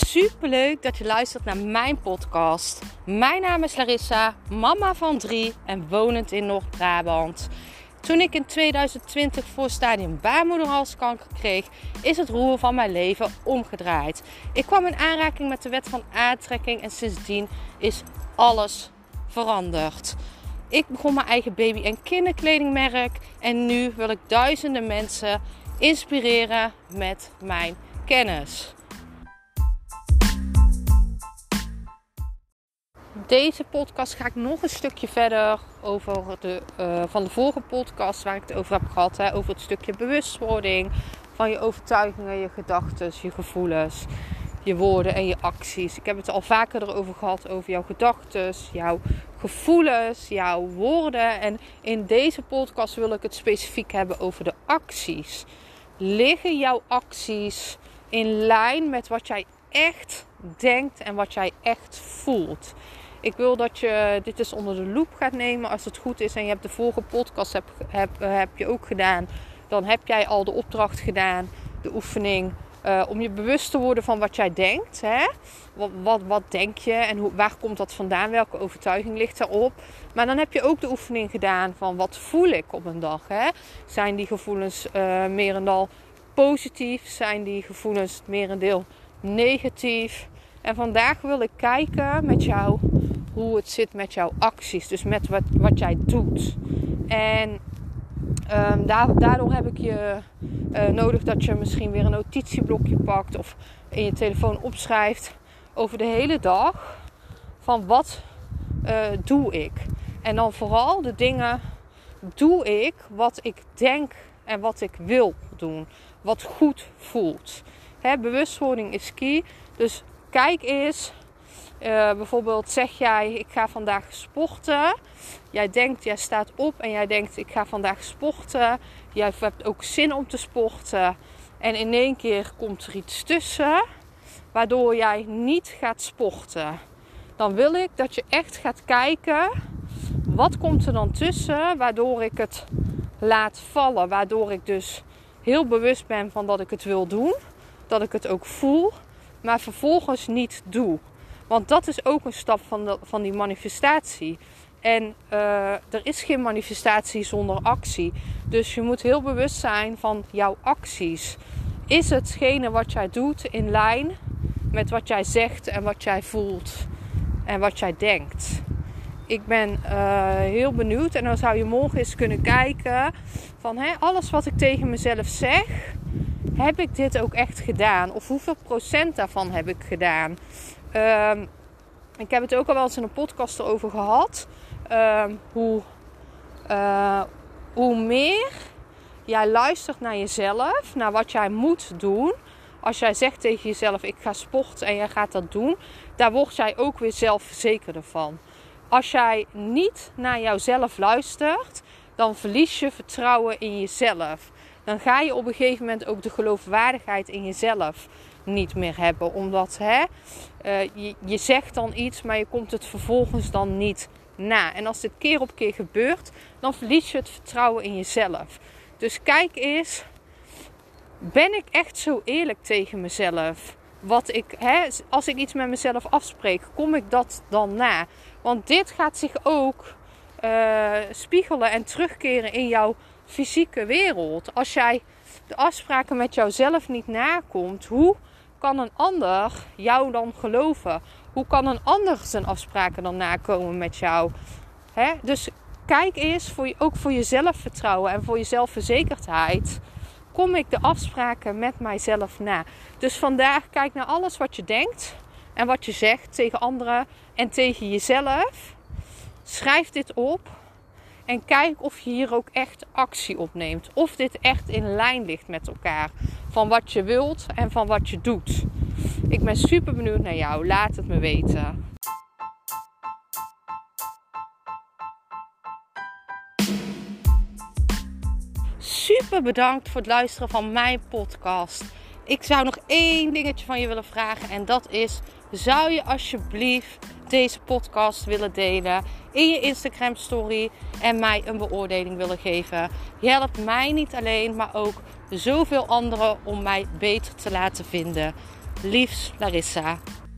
Superleuk dat je luistert naar mijn podcast. Mijn naam is Larissa, mama van 3 en wonend in Noord-Brabant. Toen ik in 2020 voor stadium baarmoederhalskanker kreeg, is het roer van mijn leven omgedraaid. Ik kwam in aanraking met de wet van aantrekking en sindsdien is alles veranderd. Ik begon mijn eigen baby- en kinderkledingmerk en nu wil ik duizenden mensen inspireren met mijn kennis. Deze podcast ga ik nog een stukje verder over van de vorige podcast waar ik het over heb gehad. Over het stukje bewustwording van je overtuigingen, je gedachten, je gevoelens, je woorden en je acties. Ik heb het al vaker erover gehad over jouw gedachten, jouw gevoelens, jouw woorden. En in deze podcast wil ik het specifiek hebben over de acties. Liggen jouw acties in lijn met wat jij echt denkt en wat jij echt voelt? Ik wil dat je dit eens onder de loep gaat nemen als het goed is. En je hebt de vorige podcast heb je ook gedaan. Dan heb jij al de opdracht gedaan, de oefening. Om je bewust te worden van wat jij denkt. Hè? Wat denk je en waar komt dat vandaan? Welke overtuiging ligt daarop? Maar dan heb je ook de oefening gedaan van wat voel ik op een dag? Hè? Zijn die gevoelens merendeel positief? Zijn die gevoelens merendeel negatief? En vandaag wil ik kijken met jou hoe het zit met jouw acties. Dus met wat jij doet. En daardoor heb ik je nodig dat je misschien weer een notitieblokje pakt. Of in je telefoon opschrijft over de hele dag. Van wat doe ik? En dan vooral de dingen doe ik wat ik denk en wat ik wil doen. Wat goed voelt. Bewustwording is key. Dus kijk eens. Bijvoorbeeld zeg jij, ik ga vandaag sporten. Jij staat op en jij denkt, ik ga vandaag sporten. Jij hebt ook zin om te sporten. En in één keer komt er iets tussen, waardoor jij niet gaat sporten. Dan wil ik dat je echt gaat kijken, wat komt er dan tussen, waardoor ik het laat vallen. Waardoor ik dus heel bewust ben van dat ik het wil doen. Dat ik het ook voel, maar vervolgens niet doe. Want dat is ook een stap van die manifestatie. En er is geen manifestatie zonder actie. Dus je moet heel bewust zijn van jouw acties. Is hetgene wat jij doet in lijn met wat jij zegt en wat jij voelt en wat jij denkt? Ik ben heel benieuwd en dan zou je morgen eens kunnen kijken van alles wat ik tegen mezelf zeg, heb ik dit ook echt gedaan? Of hoeveel procent daarvan heb ik gedaan? Ik heb het ook al wel eens in een podcast erover gehad. Hoe meer jij luistert naar jezelf, naar wat jij moet doen. Als jij zegt tegen jezelf, ik ga sporten en jij gaat dat doen. Daar word jij ook weer zelfverzekerder van. Als jij niet naar jouzelf luistert, dan verlies je vertrouwen in jezelf. Dan ga je op een gegeven moment ook de geloofwaardigheid in jezelf niet meer hebben. Omdat je zegt dan iets, maar je komt het vervolgens dan niet na. En als dit keer op keer gebeurt, dan verlies je het vertrouwen in jezelf. Dus kijk eens, ben ik echt zo eerlijk tegen mezelf? Als ik iets met mezelf afspreek, kom ik dat dan na? Want dit gaat zich ook spiegelen en terugkeren in jouw fysieke wereld. Als jij de afspraken met jouzelf niet nakomt, hoe kan een ander jou dan geloven? Hoe kan een ander zijn afspraken dan nakomen met jou? Dus kijk eens, ook voor je zelfvertrouwen en voor je zelfverzekerdheid, kom ik de afspraken met mijzelf na. Dus vandaag kijk naar alles wat je denkt en wat je zegt tegen anderen en tegen jezelf. Schrijf dit op. En kijk of je hier ook echt actie opneemt. Of dit echt in lijn ligt met elkaar. Van wat je wilt en van wat je doet. Ik ben super benieuwd naar jou. Laat het me weten. Super bedankt voor het luisteren van mijn podcast. Ik zou nog 1 dingetje van je willen vragen. En dat is, zou je alsjeblieft deze podcast willen delen in je Instagram story en mij een beoordeling willen geven? Je helpt mij niet alleen, maar ook zoveel anderen om mij beter te laten vinden. Liefs, Larissa.